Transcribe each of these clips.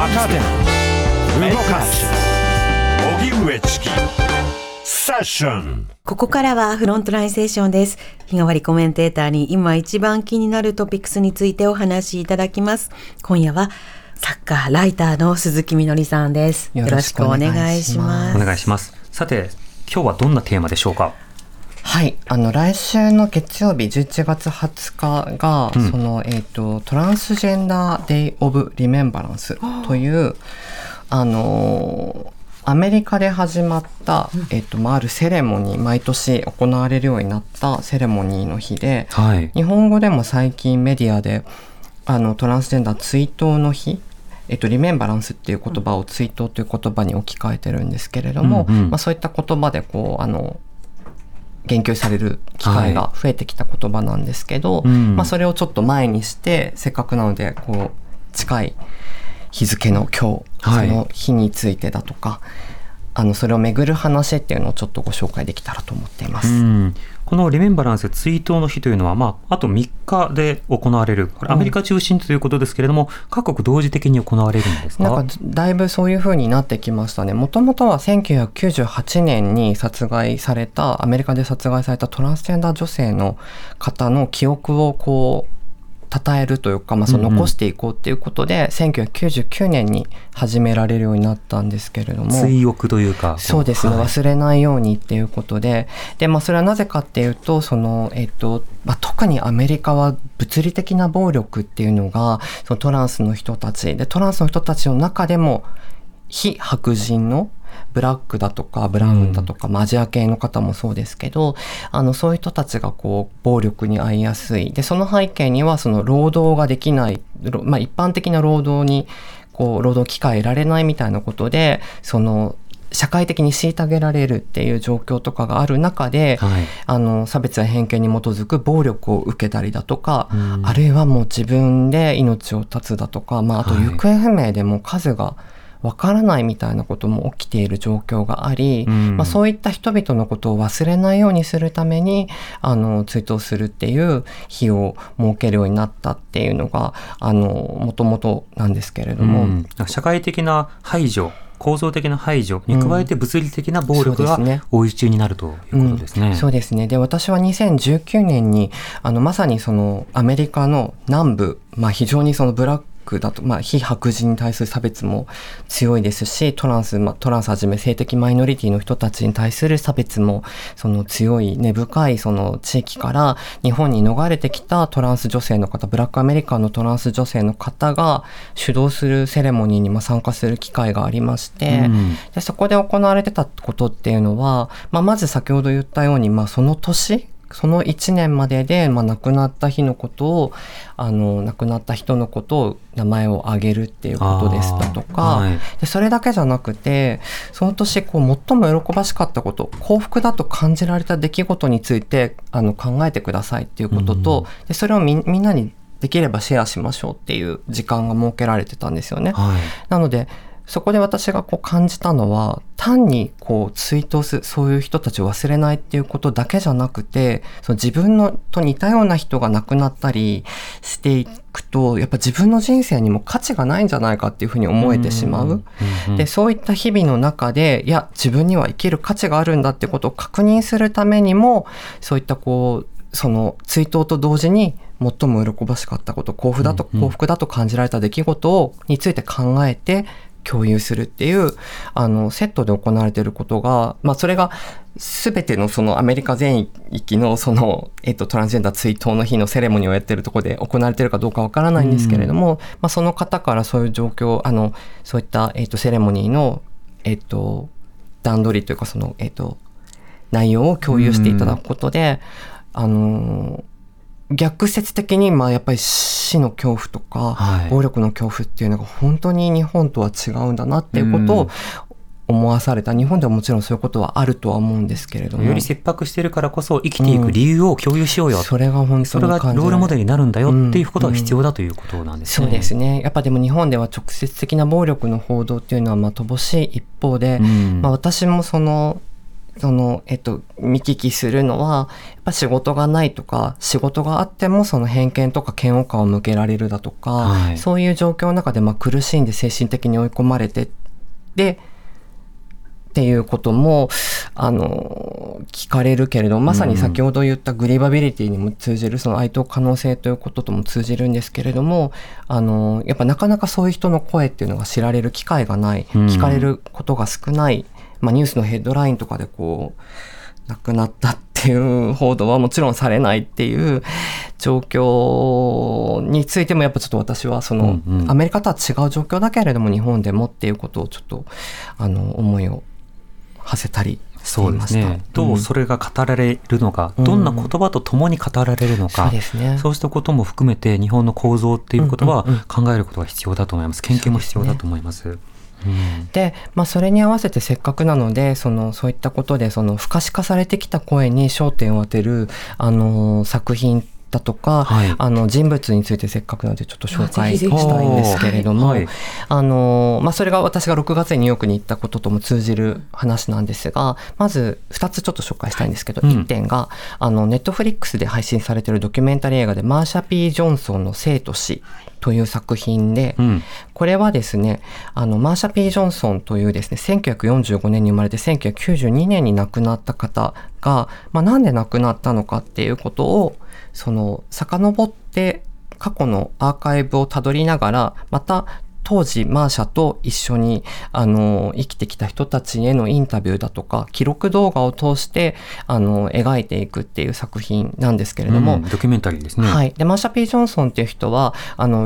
若手動かす荻上チキセッション。 ここからはフロントラインセッションです。日替わりコメンテーターに今一番気になるトピックスについてお話しいただきます。今夜は作家ライターの鈴木みのりさんです。よろしくお願いします。 お願いします。さて今日はどんなテーマでしょうか。 はい、来週の月曜日11月20日が、トランスジェンダーデイオブリメンバランスというアメリカで始まった、あるセレモニー、毎年行われるようになったセレモニーの日で、はい、日本語でも最近メディアでトランスジェンダー追悼の日、リメンバランスっていう言葉を追悼という言葉に置き換えてるんですけれども、そういった言葉で言及される機会が増えてきた言葉なんですけど、それをちょっと前にしてせっかくなので近い日付の今日、その日についてだとかそれを巡る話っていうのをちょっとご紹介できたらと思っています。 このリメンバランス追悼の日というのは、あと3日で行われる、これアメリカ中心ということですけれども、各国同時的に行われるんですか。 なんかだいぶそういう風になってきましたね。もともとは1998年にアメリカで殺害されたトランスジェンダー女性の方の記憶を称えるというか、残していこうっていうことで、1999年に始められるようになったんですけれども、 追憶というか、 そうですね、忘れないようにっていうことで、それはなぜかっていうと、特にアメリカは物理的な暴力っていうのがトランスの人たちの中でも非白人のブラックだとかブラウンだとか、アジア系の方もそうですけど、そういう人たちが暴力に遭いやすい。でその背景には労働ができない、一般的な労働に労働機会得られないみたいなことで、社会的に虐げられるっていう状況とかがある中で、差別や偏見に基づく暴力を受けたりだとか、あるいはもう自分で命を絶つだとか、あと行方不明でも数がわからないみたいなことも起きている状況があり、そういった人々のことを忘れないようにするために追悼するっていう日を設けるようになったっていうのがもともとなんですけれども、 社会的な排除、構造的な排除に加えて物理的な暴力が追い打ちになるということですね。 そうですね。で、私は2019年にまさにアメリカの南部、非常にブラックだと、非白人に対する差別も強いですし、トランスはじめ性的マイノリティの人たちに対する差別も強い根深い地域から日本に逃れてきたトランス女性の方、ブラックアメリカンのトランス女性の方が主導するセレモニーに参加する機会がありまして、でそこで行われてたことっていうのは、まず先ほど言ったように、その1年までで、亡くなった日のことを亡くなった人のことを名前を挙げるっていうことですだとか、でそれだけじゃなくて、その年最も喜ばしかったこと、幸福だと感じられた出来事について考えてくださいっていうことと、でそれをみんなにできればシェアしましょうっていう時間が設けられてたんですよね。なのでそこで私が感じたのは、単に追悼する、そういう人たちを忘れないっていうことだけじゃなくて、自分と似たような人が亡くなったりしていくと、やっぱ自分の人生にも価値がないんじゃないかっていうふうに思えてしまう。で、そういった日々の中で、自分には生きる価値があるんだってことを確認するためにも、そういった追悼と同時に最も喜ばしかったこと、幸福だと感じられた出来事について考えて共有するっていうセットで行われていることが、それが全てのアメリカ全域のトランスジェンダー追悼の日のセレモニーをやっているところで行われているかどうかわからないんですけれども、その方からそういう状況、そういった、セレモニーの、段取りというか内容を共有していただくことで、逆説的にやっぱり死の恐怖とか、暴力の恐怖っていうのが本当に日本とは違うんだなっていうことを思わされた。日本ではもちろんそういうことはあるとは思うんですけれども、 より切迫しているからこそ生きていく理由を共有しようよ、 それが本当にそれがロールモデルになるんだよっていうことが必要だということなんですね。 そうですね。やっぱでも日本では直接的な暴力の報道っていうのは乏しい一方で、私も見聞きするのは、やっぱ仕事がないとか、仕事があってもその偏見とか嫌悪感を向けられるだとか、はい、そういう状況の中で苦しんで精神的に追い込まれてっていうことも聞かれるけれど、まさに先ほど言ったグリバビリティにも通じるその愛と可能性ということとも通じるんですけれども、やっぱなかなかそういう人の声っていうのが知られる機会がない、聞かれることが少ない、ニュースのヘッドラインとかで亡くなったっていう報道はもちろんされないっていう状況についても、やっぱちょっと私はアメリカとは違う状況だけれども日本でもっていうことをちょっと思いを馳せたりしていました。そうですね。 どうそれが語られるのか、どんな言葉と共に語られるのか、そうですね、そうしたことも含めて日本の構造っていうことは考えることが必要だと思います。研究も必要だと思います。 で、それに合わせてせっかくなのでそういったことで不可視化されてきた声に焦点を当てる作品だとか、はい、人物についてせっかくなのでちょっと紹介したいんですけれども、はい、それが私が6月にニューヨークに行ったこととも通じる話なんですが、まず2つちょっと紹介したいんですけど、1点がネットフリックスで配信されているドキュメンタリー映画でマーシャ P. ジョンソンの生と死という作品で、これはですねマーシャ P. ジョンソンというですね1945年に生まれて1992年に亡くなった方が、なんで亡くなったのかっていうことを遡って過去のアーカイブをたどりながら、また当時マーシャと一緒に生きてきた人たちへのインタビューだとか記録動画を通して描いていくっていう作品なんですけれども、 ドキュメンタリーですね。 はい。でマーシャ P. ジョンソンっていう人は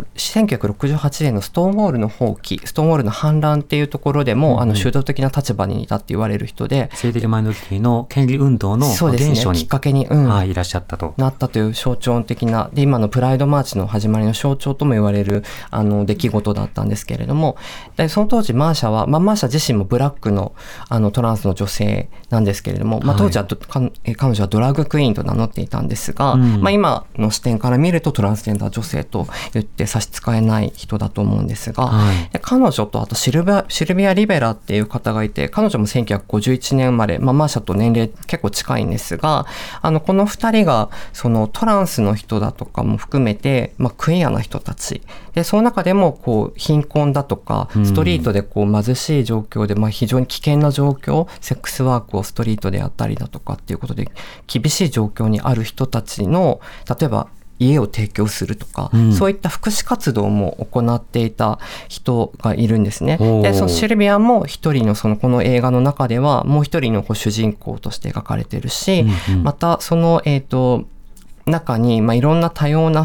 1968年のストーンウォールの放棄、ストーンウォールの反乱っていうところでも主導的な立場にいたって言われる人で、 性的マイノリティの権利運動のそうですね、 現象にきっかけに、 いらっしゃったとなったという象徴的なで、今のプライドマーチの始まりの象徴とも言われる出来事だったんですけれども、でその当時マーシャは、マーシャ自身もブラックのトランスの女性なんですけれども、当時は彼女はドラッグクイーンと名乗っていたんですが、今の視点から見るとトランスジェンダー女性と言って差し支えない人だと思うんですが、で彼女とあとシルビア・リベラっていう方がいて、彼女も1951年生まれ、マーシャと年齢結構近いんですが、この2人がトランスの人だとかも含めて、クイアな人たちで、その中でも貧困だとかストリートで貧しい状況で、非常に危険な状況、セックスワークをストリートでやったりだとかっていうことで厳しい状況にある人たちの、例えば家を提供するとか、そういった福祉活動も行っていた人がいるんですね。でそのシルビアも一人のこの映画の中ではもう一人の主人公として描かれてるし、またその中にいろんな多様な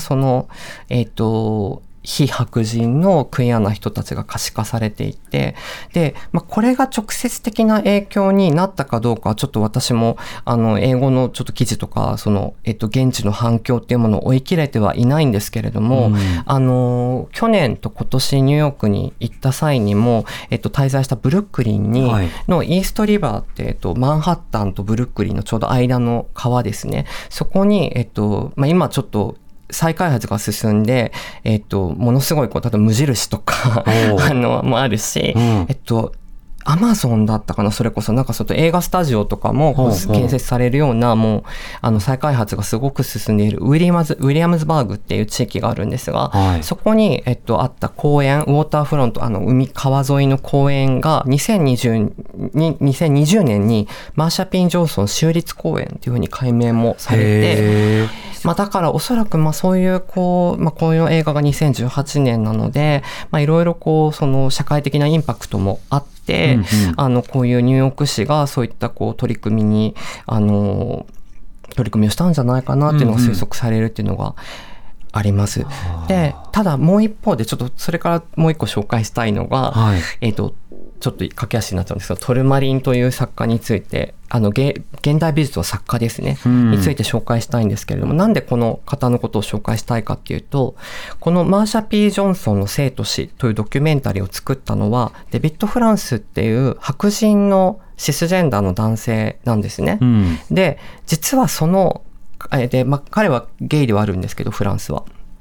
非白人のクイアな人たちが可視化されていて、で、これが直接的な影響になったかどうかはちょっと私も英語のちょっと記事とか現地の反響っていうものを追い切れてはいないんですけれども、去年と今年ニューヨークに行った際にも滞在したブルックリンのイーストリバーってマンハッタンとブルックリンのちょうど間の川ですね。そこに今ちょっと再開発が進んで、ものすごい例えば無印とかもあるし、アマゾンだったかな、それこそ映画スタジオとかも建設されるような、もう再開発がすごく進んでいるウィリアムズバーグっていう地域があるんですが、そこにあった公園、ウォーターフロント、川沿いの公園が2020年にマーシャ P. ジョンソン州立公園っていうふうに改名もされて、だからおそらくそういうこういう映画が2018年なので、いろいろ社会的なインパクトもあって、こういうニューヨーク市がそういった取り組みをしたんじゃないかなっていうのが推測されるっていうのがあります。で、ただもう一方でちょっとそれからもう一個紹介したいのが、ちょっと駆け足になっちゃうんですけど、トルマリンという作家について、現代美術の作家ですね、について紹介したいんですけれども、なんでこの方のことを紹介したいかっていうと、このマーシャ P. ジョンソンの生と死というドキュメンタリーを作ったのは、デビッド・フランスっていう白人のシスジェンダーの男性なんですね。で、実は彼はゲイではあるんですけど、フランスは。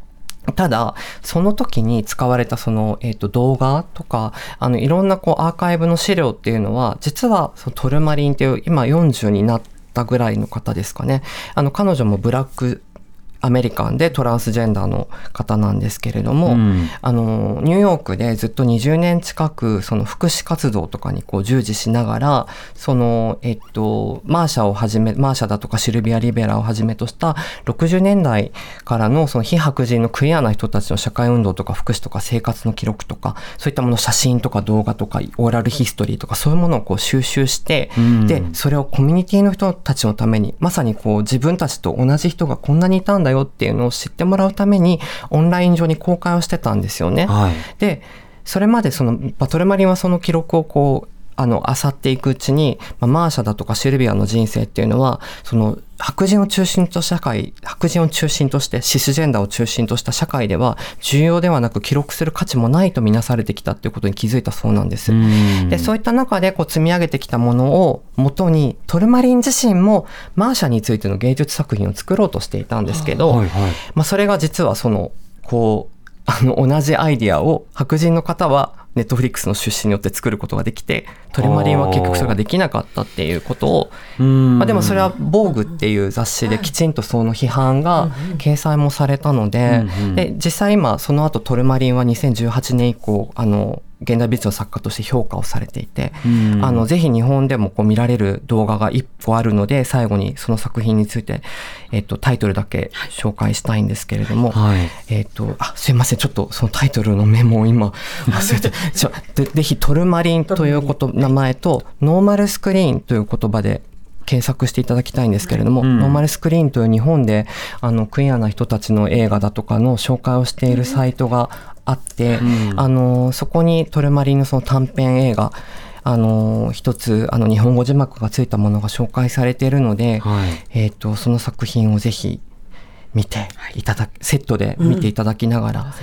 ただ、その時に使われた動画とか、いろんなアーカイブの資料っていうのは、実はトルマリンっていう、今40になったぐらいの方ですかね。彼女もブラックアメリカンでトランスジェンダーの方なんですけれども、ニューヨークでずっと20年近く福祉活動とかに従事しながら、マーシャだとかシルビア・リベラをはじめとした60年代からの非白人のクイアな人たちの社会運動とか福祉とか生活の記録とか、そういったもの、写真とか動画とかオーラルヒストリーとか、そういうものを収集して、でそれをコミュニティの人たちのために、まさに自分たちと同じ人がこんなにいたんだよっていうのを知ってもらうためにオンライン上に公開をしてたんですよね。でそれまでトルマリンはその記録を漁っていくうちに、マーシャだとかシルビアの人生っていうのは白人を中心としてシスジェンダーを中心とした社会では重要ではなく記録する価値もないとみなされてきたっていうことに気づいたそうなんです。でそういった中で積み上げてきたものを元にトルマリン自身もマーシャについての芸術作品を作ろうとしていたんですけど、それが実は同じアイディアを白人の方はネットフリックスの出資によって作ることができて、トルマリンは結局それができなかったっていうことを、でもそれはボーグっていう雑誌できちんとその批判が掲載もされたので、で実際今その後トルマリンは2018年以降現代美術の作家として評価をされていて、ぜひ日本でも見られる動画が一個あるので、最後にその作品について、タイトルだけ紹介したいんですけれども、すいません、ちょっとそのタイトルのメモを今忘れてぜひトルマリンという名前とノーマルスクリーンという言葉で検索していただきたいんですけれども、ノーマルスクリーンという日本でクイアな人たちの映画だとかの紹介をしているサイトがあって、そこにトルマリンのその短編映画一つ日本語字幕がついたものが紹介されているので、その作品をぜひ見ていただセットで見ていただきながら、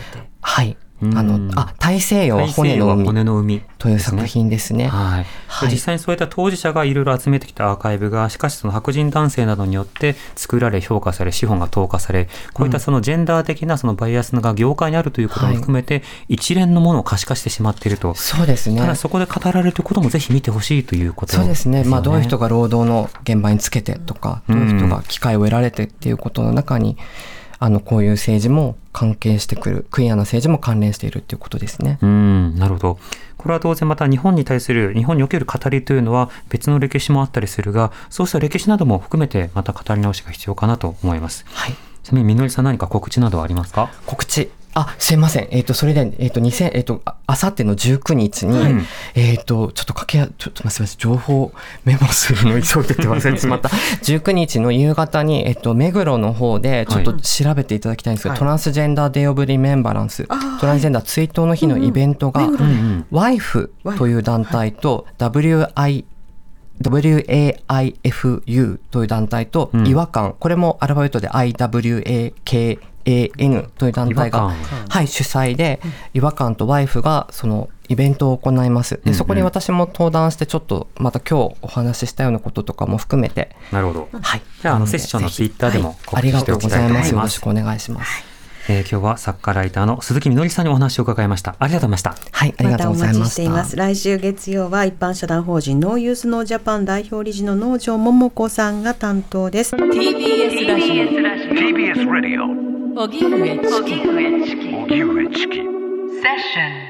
大西洋は骨の海という作品ですね。 実際にそういった当事者がいろいろ集めてきたアーカイブが、しかしその白人男性などによって作られ評価され資本が投下され、こういったそのジェンダー的なそのバイアスが業界にあるということも含めて、一連のものを可視化してしまっていると。 そうですね。 ただそこで語られることもぜひ見てほしいということですね。 そうですね。どういう人が労働の現場につけてとか、どういう人が機会を得られてっていうことの中に、こういう政治も関係してくる、クイアな政治も関連しているっていうことですね。 なるほど。これは当然また日本に対する、日本における語りというのは別の歴史もあったりするが、そうした歴史なども含めてまた語り直しが必要かなと思います。ちなみにみのりさん、何か告知などはありますか？ 告知。すいません。それで、あさっての19日に、ちょっとすみません、情報メモするの急いでて忘れてしまった。19日の夕方に、目黒の方で、ちょっと調べていただきたいんですけど、トランスジェンダーデイオブリメンバランス、トランスジェンダー追悼の日のイベントが、WIFE という団体と、WAIFU という団体と、違和感、これもアルファベットで IWAKAN という団体が、主催で、違和感と WIFE がそのイベントを行います。でそこに私も登壇して、ちょっとまた今日お話ししたようなこととかも含めて。 なるほど。じゃあセッションのツイッターでも告知しておきたいと思います。 ありがとうございます。よろしくお願いします。 今日は作家ライターの鈴木みのりさんにお話を伺いました。ありがとうございました。 ありがとうございました。またお待ちしています。 来週月曜は一般社団法人ノーユースノージャパン代表理事の能條桃子さんが担当です。 TBS ラジオ荻上チキセッション